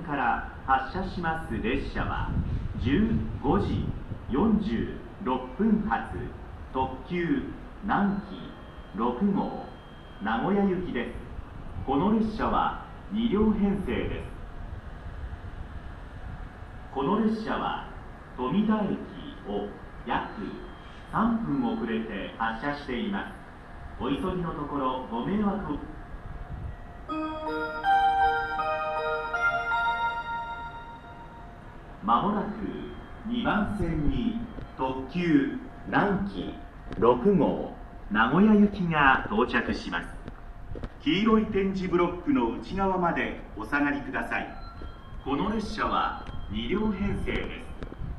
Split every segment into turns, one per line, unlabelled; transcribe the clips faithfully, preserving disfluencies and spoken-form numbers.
から発車します列車はじゅうごじよんじゅうろっぷん発特急南紀ろく号名古屋行きです。この列車はに両編成です。この列車は富田駅を約さんぷん遅れて発車しています。お急ぎのところご迷惑を。まもなくにばん線に特急南紀ろく号名古屋行きが到着します。黄色い点字ブロックの内側までお下がりください。この列車はに両編成です。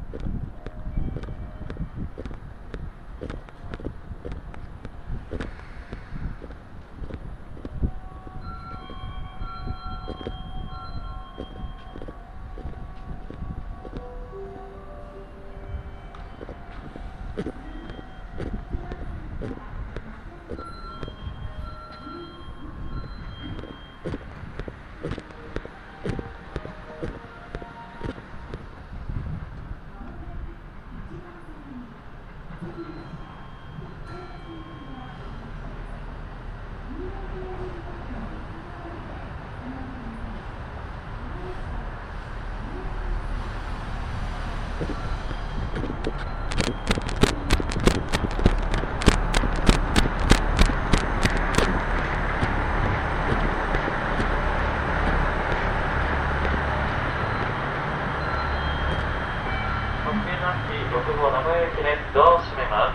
ろく号名古屋行きです。ドアを閉めます。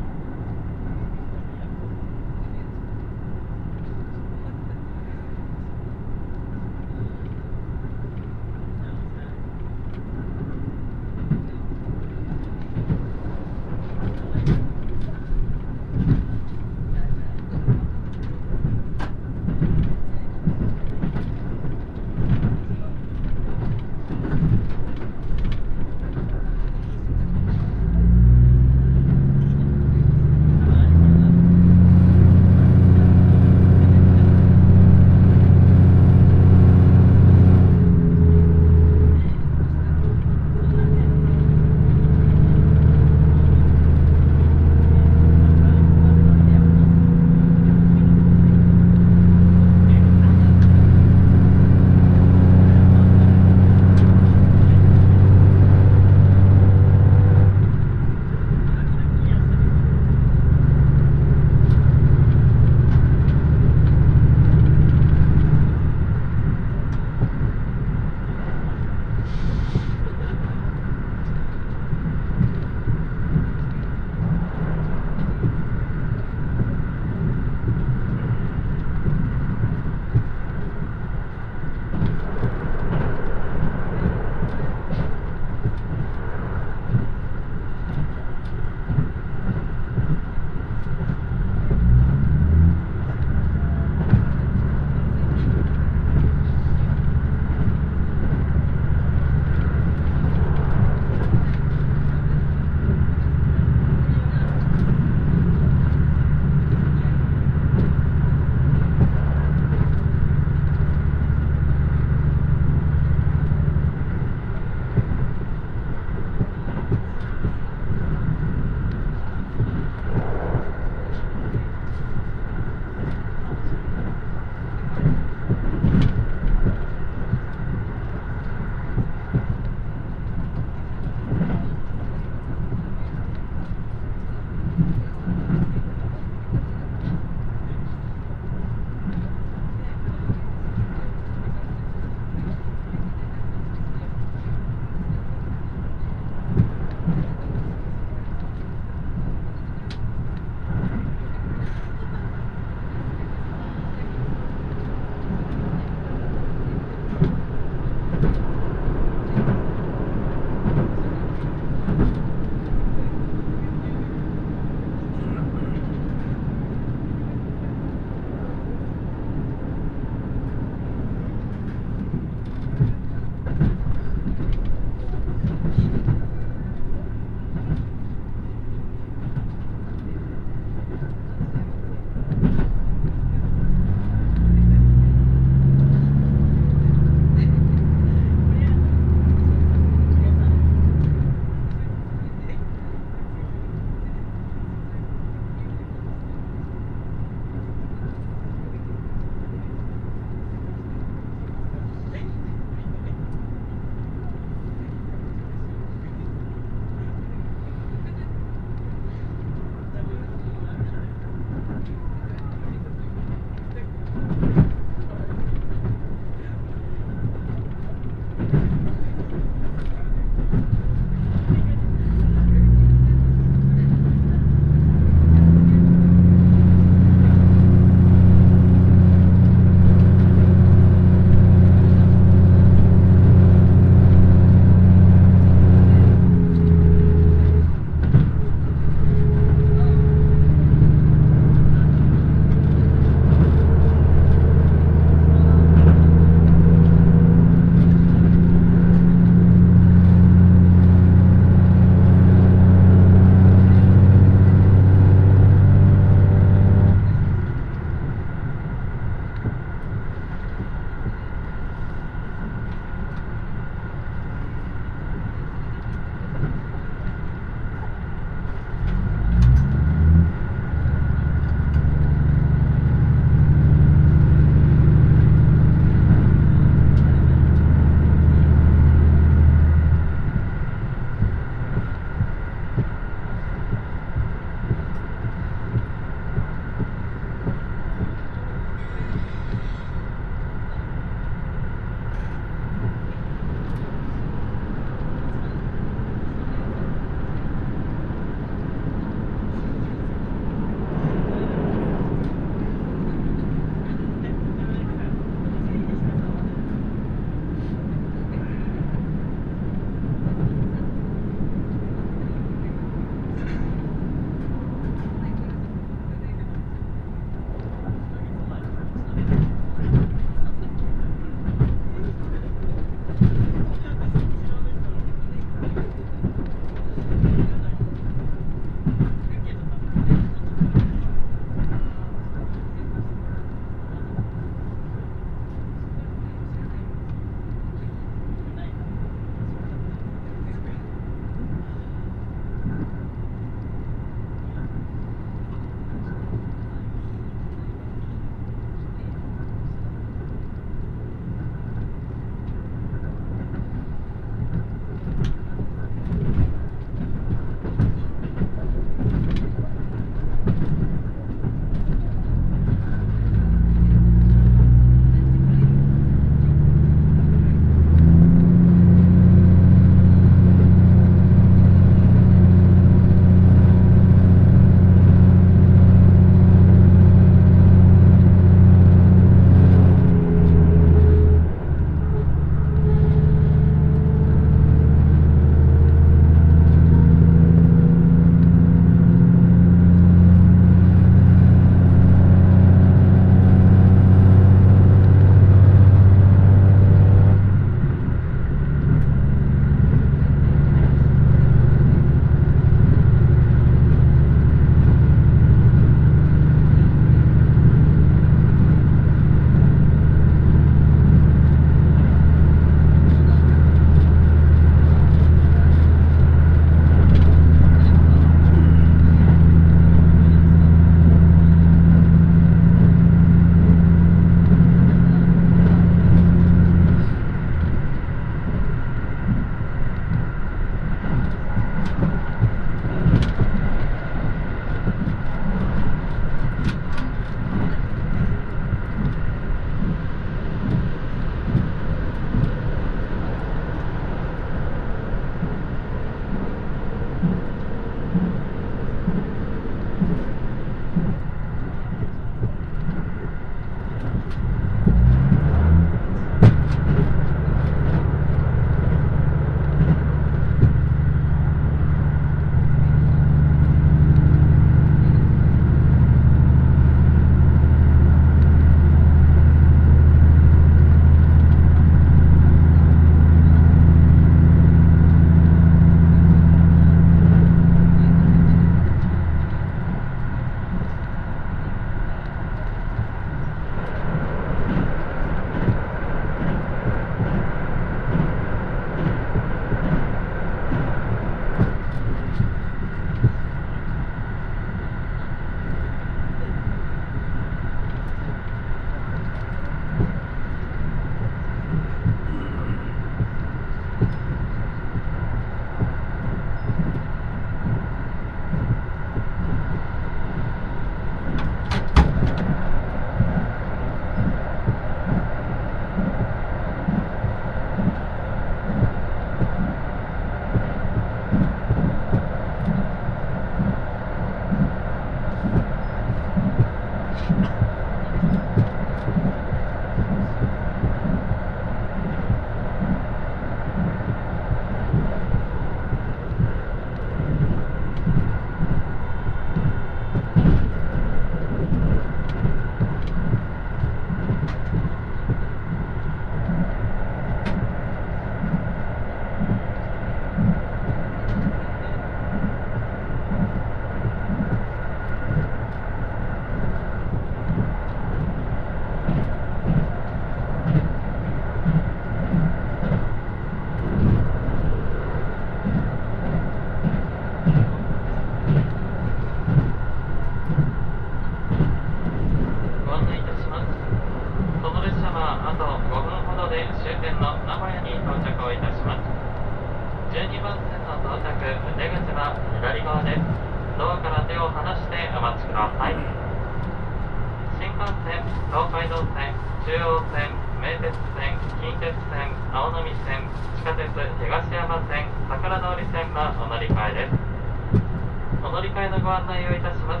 終点の名古屋に到着をいたします。じゅうにばん線の到着、出口は左側です。ドアから手を離してお待ちください。新幹線、東海道線、中央線、名鉄線、近鉄線、青波線、地下鉄東山線、桜通り線はお乗り換えです。お乗り換えのご案内をいたします。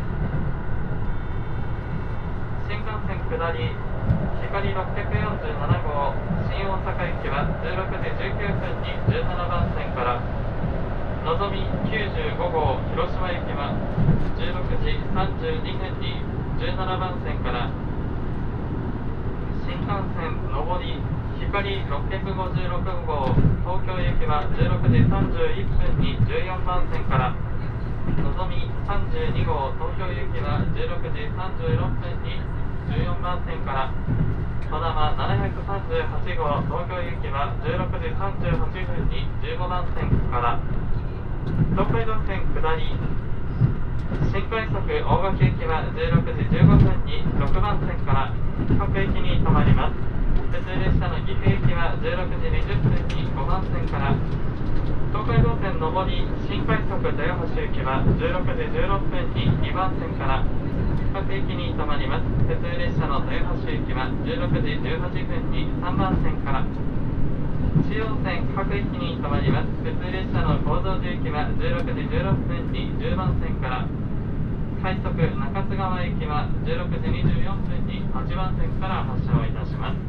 新幹線下り光ろっぴゃくよんじゅうなな号新大阪駅はじゅうろくじじゅうきゅうふんにじゅうななばん線から、のぞみきゅうじゅうご号広島駅はじゅうろくじさんじゅうにふんにじゅうななばん線から、新幹線上り光ろっぴゃくごじゅうろく号東京駅はじゅうろくじさんじゅういっぷんにじゅうよんばん線から、のぞみさんじゅうに号東京行きはじゅうろくじさんじゅうろっぷんにじゅうよんばん線から、こだまななひゃくさんじゅうはち号東京行きはじゅうろくじさんじゅうはちふんにじゅうごばん線から、東海道線下り新快速大垣駅はじゅうろくじじゅうごふんにろくばん線から各駅に停まります。普通列車の岐阜駅はじゅうろくじにじゅっぷんにごばん線から、東海道線上り新快速豊橋行きはじゅうろくじじゅうろっぷんににばん線から各駅に停まります。普通列車の豊橋行きはじゅうろくじじゅうはちふんにさんばん線から、中央線各駅に停まります。普通列車の高蔵寺行きはじゅうろくじじゅうろっぷんにじゅうばん線から、快速中津川駅はじゅうろくじにじゅうよんふんにはちばん線から発車をいたします。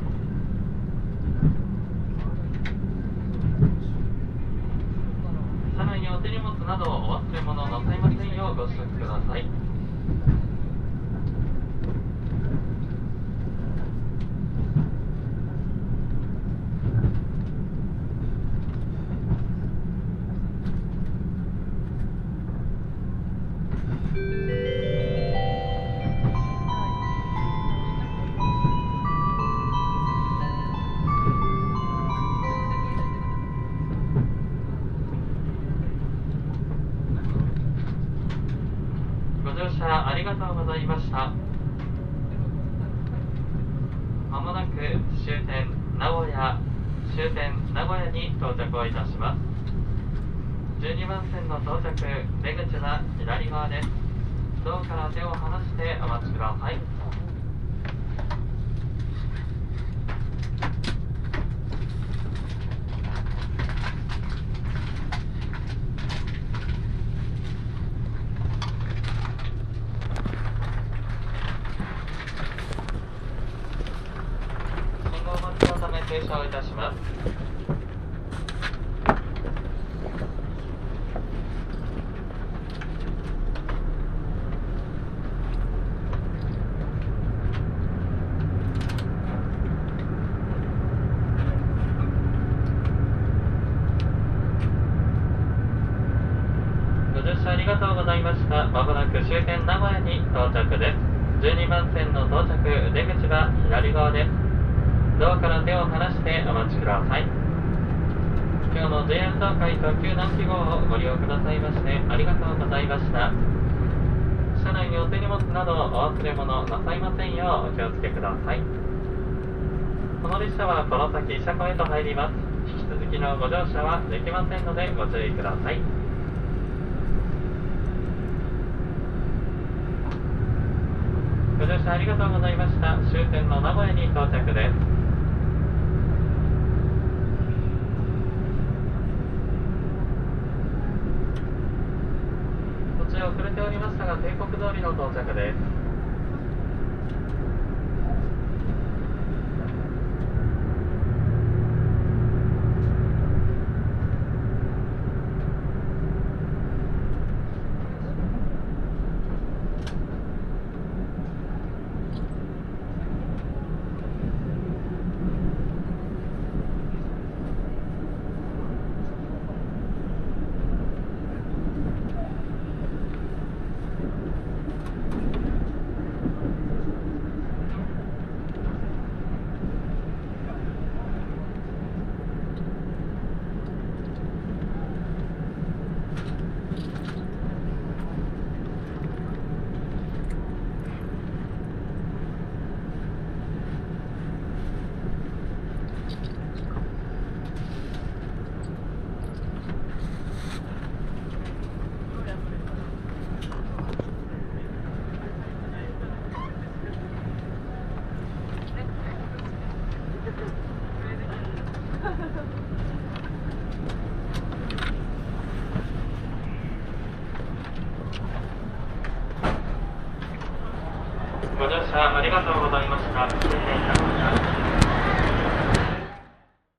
車内にお手荷物などお忘れ物なさいませんようご支度ください。ご乗車ありがとうございました。まもなく終点名古屋終点名古屋に到着をいたします。じゅうにばん線の到着、出口は左側です。ドアから手を離してお待ちください。停車をいたします。ご乗車ありがとうございました。まもなく終点名古屋に到着です。じゅうにばん線の到着、出口は左側です。ドアから手を離してお待ちください。今日の ジェイアール 東海特急南紀号をご利用くださいましてありがとうございました。車内にお手荷物などお忘れ物なさいませんようお気をつけください。この列車はこの先車庫へと入ります。引き続きのご乗車はできませんのでご注意ください。ご乗車ありがとうございました。終点の名古屋に到着です。遅れておりましたが定刻通りの到着です。 ご乗車ありがとうございました。